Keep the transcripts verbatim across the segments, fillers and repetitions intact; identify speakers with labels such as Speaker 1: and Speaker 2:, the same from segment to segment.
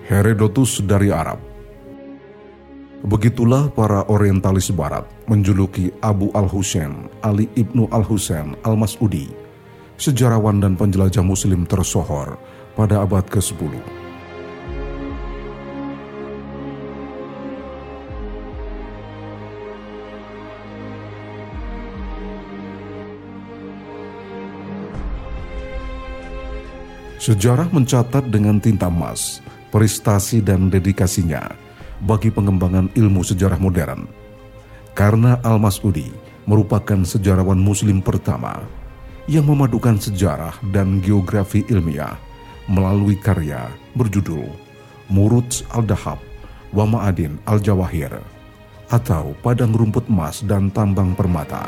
Speaker 1: Herodotus dari Arab. Begitulah para orientalis barat menjuluki Abu al-Husain Ali ibnu al-Husain al-Mas'udi, sejarawan dan penjelajah muslim tersohor pada abad kesepuluh. Sejarah mencatat dengan tinta emas prestasi dan dedikasinya bagi pengembangan ilmu sejarah modern, karena Al-Mas'udi merupakan sejarawan muslim pertama yang memadukan sejarah dan geografi ilmiah melalui karya berjudul Muruz al-Dahab wa Ma'adin al-Jawahir, atau Padang Rumput Emas dan Tambang Permata.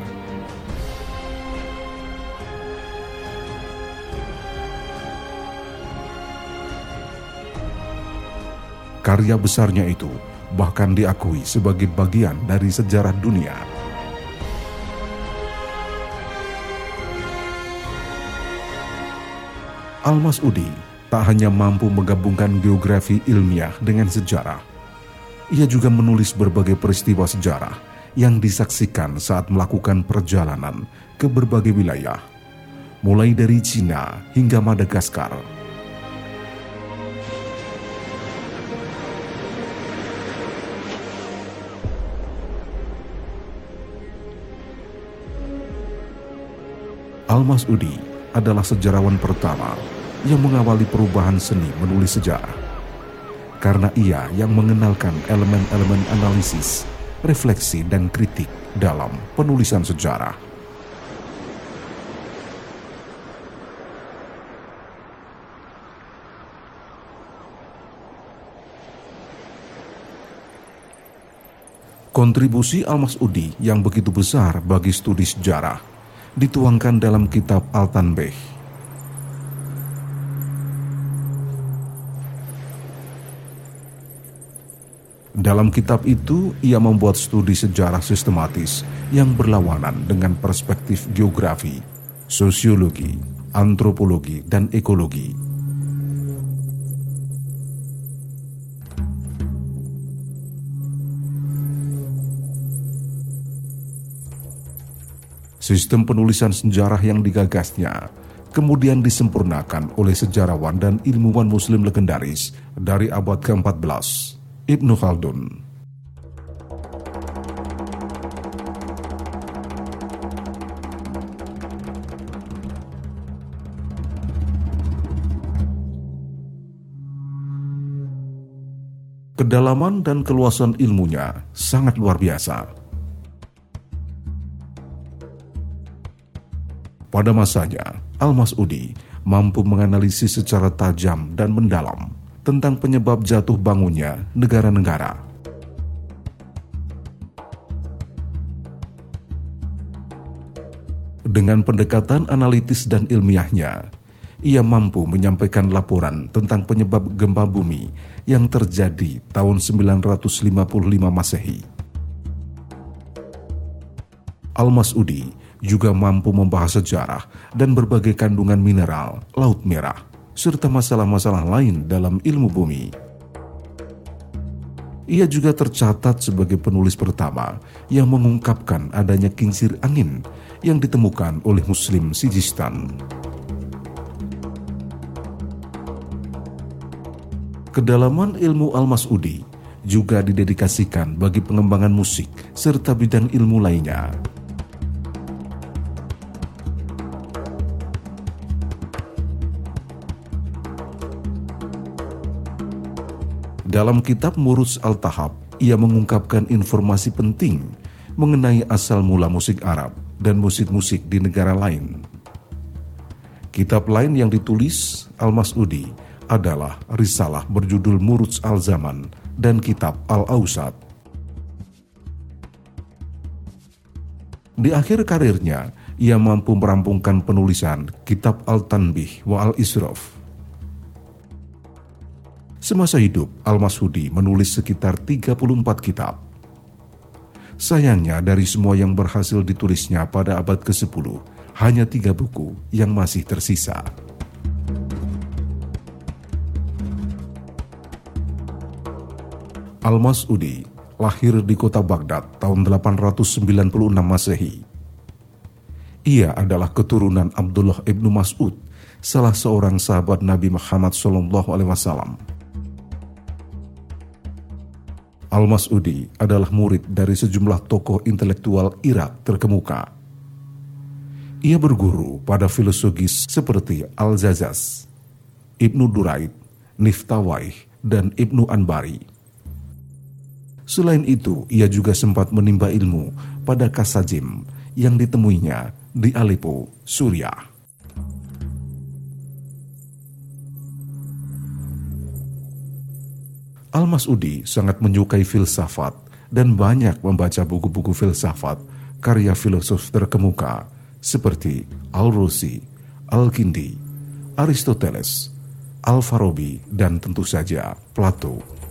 Speaker 1: Karya besarnya itu bahkan diakui sebagai bagian dari sejarah dunia. Al-Mas'udi tak hanya mampu menggabungkan geografi ilmiah dengan sejarah, ia juga menulis berbagai peristiwa sejarah yang disaksikan saat melakukan perjalanan ke berbagai wilayah, mulai dari Cina hingga Madagaskar. Al-Mas'udi adalah sejarawan pertama yang mengawali perubahan seni menulis sejarah, karena ia yang mengenalkan elemen-elemen analisis, refleksi, dan kritik dalam penulisan sejarah. Kontribusi Al-Mas'udi yang begitu besar bagi studi sejarah dituangkan dalam kitab Al-Tanbih. Dalam kitab itu, ia membuat studi sejarah sistematis yang berlawanan dengan perspektif geografi, sosiologi, antropologi, dan ekologi. Sistem penulisan sejarah yang digagasnya kemudian disempurnakan oleh sejarawan dan ilmuwan muslim legendaris dari abad keempat belas, Ibnu Khaldun. Kedalaman dan keluasan ilmunya sangat luar biasa. Pada masanya, Al-Mas'udi mampu menganalisis secara tajam dan mendalam tentang penyebab jatuh bangunnya negara-negara. Dengan pendekatan analitis dan ilmiahnya, ia mampu menyampaikan laporan tentang penyebab gempa bumi yang terjadi tahun sembilan ratus lima puluh lima Masehi. Al-Mas'udi juga mampu membahas sejarah dan berbagai kandungan mineral Laut Merah, serta masalah-masalah lain dalam ilmu bumi. Ia juga tercatat sebagai penulis pertama yang mengungkapkan adanya kincir angin yang ditemukan oleh Muslim Sijistan. Kedalaman ilmu Al-Mas'udi juga didedikasikan bagi pengembangan musik serta bidang ilmu lainnya. Dalam kitab Muruz al-Dahab, ia mengungkapkan informasi penting mengenai asal mula musik Arab dan musik-musik di negara lain. Kitab lain yang ditulis Al-Mas'udi adalah risalah berjudul Muruz al-Zaman dan kitab Al-Awsat. Di akhir karirnya, ia mampu merampungkan penulisan kitab Al-Tanbih wa Al-Israf. Semasa hidup, Al-Mas'udi menulis sekitar tiga puluh empat kitab. Sayangnya, dari semua yang berhasil ditulisnya pada abad kesepuluh, hanya tiga buku yang masih tersisa. Al-Mas'udi lahir di kota Baghdad tahun delapan ratus sembilan puluh enam Masehi. Ia adalah keturunan Abdullah ibnu Mas'ud, salah seorang sahabat Nabi Muhammad shallallahu alaihi wasallam. Al-Mas'udi adalah murid dari sejumlah tokoh intelektual Irak terkemuka. Ia berguru pada filosofis seperti Al-Zazaz, Ibnu Duraid, Niftawaih, dan Ibnu Anbari. Selain itu, ia juga sempat menimba ilmu pada Kasajim yang ditemuinya di Aleppo, Suriah. Al-Mas'udi sangat menyukai filsafat dan banyak membaca buku-buku filsafat karya filosof terkemuka seperti Al-Razi, Al-Kindi, Aristoteles, Al-Farabi, dan tentu saja Plato.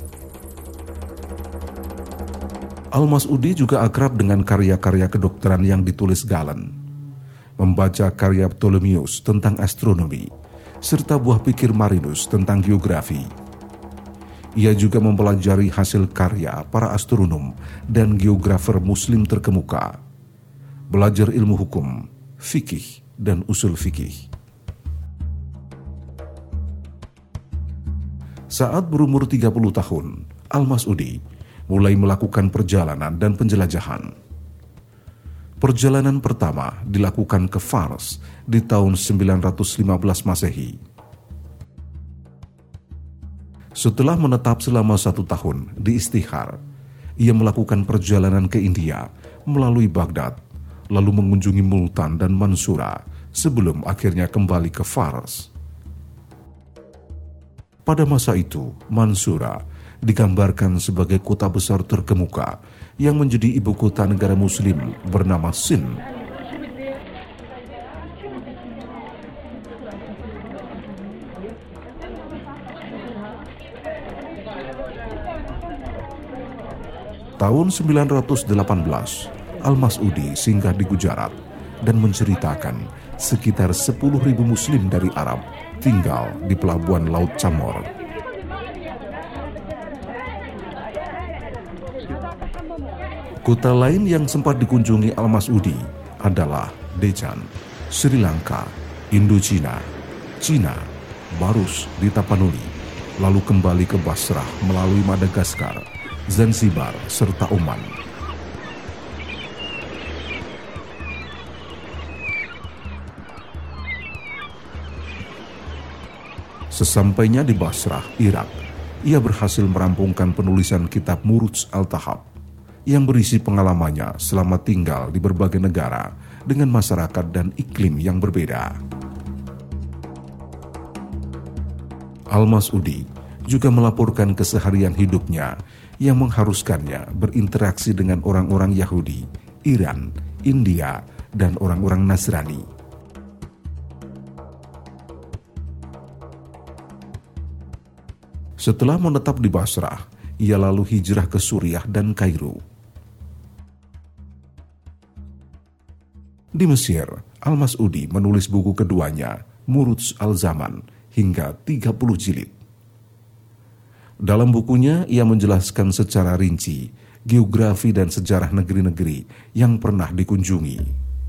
Speaker 1: Al-Mas'udi juga akrab dengan karya-karya kedokteran yang ditulis Galen, membaca karya Ptolemeus tentang astronomi, serta buah pikir Marinus tentang geografi. Ia juga mempelajari hasil karya para astronom dan geografer muslim terkemuka, belajar ilmu hukum, fikih, dan usul fikih. Saat berumur tiga puluh tahun, Al-Mas'udi mulai melakukan perjalanan dan penjelajahan. Perjalanan pertama dilakukan ke Fars di tahun sembilan ratus lima belas Masehi. Setelah menetap selama satu tahun di Istihar, ia melakukan perjalanan ke India melalui Baghdad, lalu mengunjungi Multan dan Mansura sebelum akhirnya kembali ke Fars. Pada masa itu, Mansura digambarkan sebagai kota besar terkemuka yang menjadi ibu kota negara muslim bernama Sind. Tahun sembilan ratus delapan belas, Al-Mas'udi singgah di Gujarat dan menceritakan sekitar sepuluh ribu muslim dari Arab tinggal di pelabuhan Laut Chamor. Kota lain yang sempat dikunjungi Al-Mas'udi adalah Deccan, Sri Lanka, Indochina, Cina, Barus di Tapanuli, lalu kembali ke Basrah melalui Madagaskar, Zanzibar, serta Oman. Sesampainya di Basrah, Irak, ia berhasil merampungkan penulisan kitab Muruj Al-Tahab yang berisi pengalamannya selama tinggal di berbagai negara dengan masyarakat dan iklim yang berbeda. Al-Mas'udi juga melaporkan keseharian hidupnya yang mengharuskannya berinteraksi dengan orang-orang Yahudi, Iran, India, dan orang-orang Nasrani. Setelah menetap di Basrah, ia lalu hijrah ke Suriah dan Kairo. Di Mesir, Al-Mas'udi menulis buku keduanya, Muruj Al-Zaman, hingga tiga puluh jilid. Dalam bukunya, ia menjelaskan secara rinci geografi dan sejarah negeri-negeri yang pernah dikunjungi.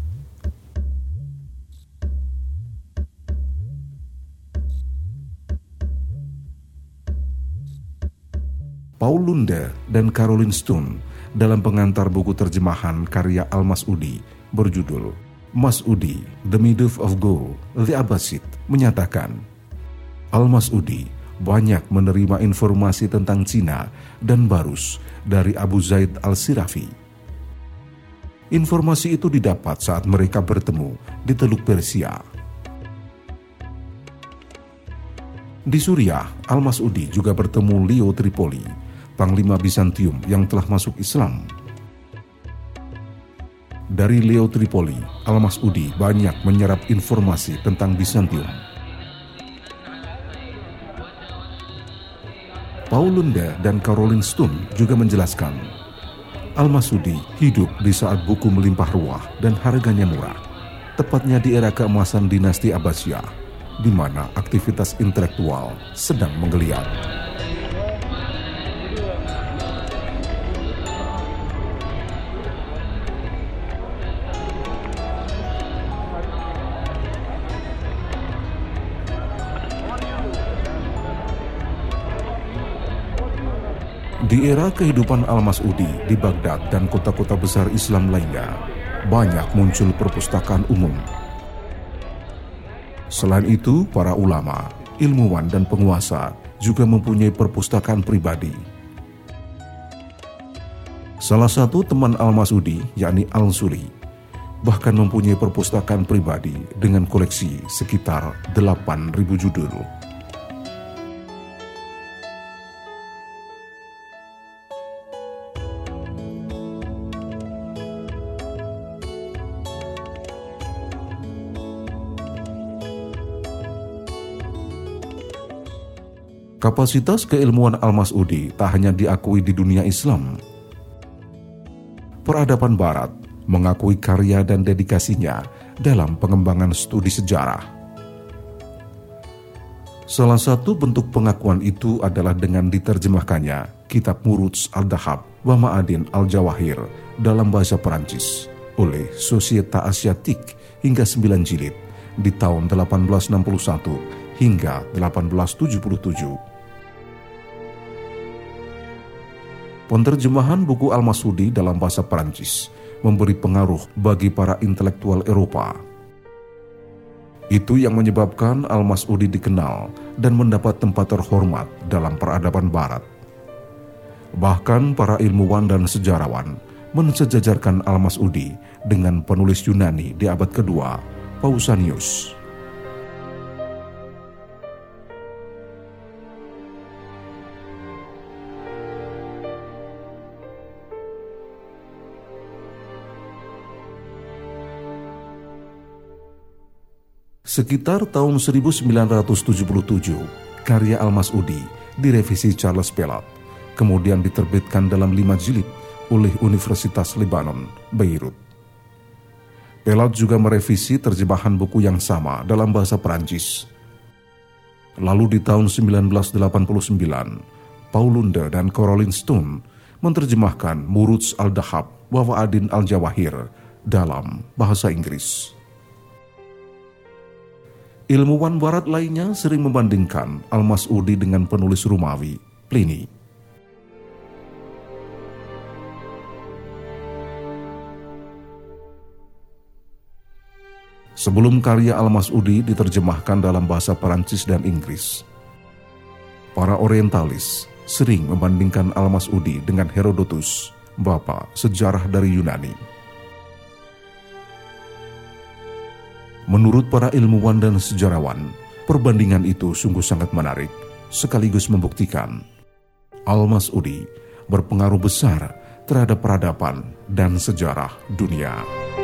Speaker 1: Paul Lunde dan Caroline Stone dalam pengantar buku terjemahan karya Al-Mas'udi berjudul Mas'udi, The Miduf of Go, The Abbasid, menyatakan Al-Mas'udi banyak menerima informasi tentang Cina dan Barus dari Abu Zaid Al-Sirafi. Informasi itu didapat saat mereka bertemu di Teluk Persia. Di Suriah, Al-Mas'udi juga bertemu Leo Tripoli, Panglima Bizantium yang telah masuk Islam. Dari Leo Tripoli, Al-Mas'udi banyak menyerap informasi tentang Bizantium. Paul Lunde dan Caroline Stone juga menjelaskan, Al-Mas'udi hidup di saat buku melimpah ruah dan harganya murah, tepatnya di era keemasan dinasti Abbasiyah, di mana aktivitas intelektual sedang menggeliat. Di era kehidupan Al-Mas'udi di Baghdad dan kota-kota besar Islam lainnya, banyak muncul perpustakaan umum. Selain itu, para ulama, ilmuwan dan penguasa juga mempunyai perpustakaan pribadi. Salah satu teman Al-Mas'udi, yakni Al-Suli, bahkan mempunyai perpustakaan pribadi dengan koleksi sekitar delapan ribu judul. Kapasitas keilmuan Al-Mas'udi tak hanya diakui di dunia Islam. Peradaban Barat mengakui karya dan dedikasinya dalam pengembangan studi sejarah. Salah satu bentuk pengakuan itu adalah dengan diterjemahkannya Kitab Murudz al-Dhahab wa Ma'adin al-Jawahir dalam bahasa Perancis oleh Société Asiatique hingga sembilan jilid di tahun delapan belas enam puluh satu hingga delapan belas tujuh puluh tujuh. Penerjemahan buku Al-Mas'udi dalam bahasa Perancis memberi pengaruh bagi para intelektual Eropa. Itu yang menyebabkan Al-Mas'udi dikenal dan mendapat tempat terhormat dalam peradaban Barat. Bahkan para ilmuwan dan sejarawan mensejajarkan Al-Mas'udi dengan penulis Yunani di abad kedua, Pausanius. Sekitar tahun seribu sembilan ratus tujuh puluh tujuh, karya Al-Mas'udi direvisi Charles Pelat, kemudian diterbitkan dalam lima jilid oleh Universitas Lebanon, Beirut. Pelat juga merevisi terjemahan buku yang sama dalam bahasa Perancis. Lalu di tahun sembilan belas delapan puluh sembilan, Paul Lunde dan Caroline Stone menerjemahkan Murudz al-Dhahab wa Ma'adin al-Jawahir dalam bahasa Inggris. Ilmuwan Barat lainnya sering membandingkan Al-Mas'udi dengan penulis Romawi, Pliny. Sebelum karya Al-Mas'udi diterjemahkan dalam bahasa Perancis dan Inggris, para orientalis sering membandingkan Al-Mas'udi dengan Herodotus, bapa sejarah dari Yunani. Menurut para ilmuwan dan sejarawan, perbandingan itu sungguh sangat menarik, sekaligus membuktikan Al-Mas'udi berpengaruh besar terhadap peradaban dan sejarah dunia.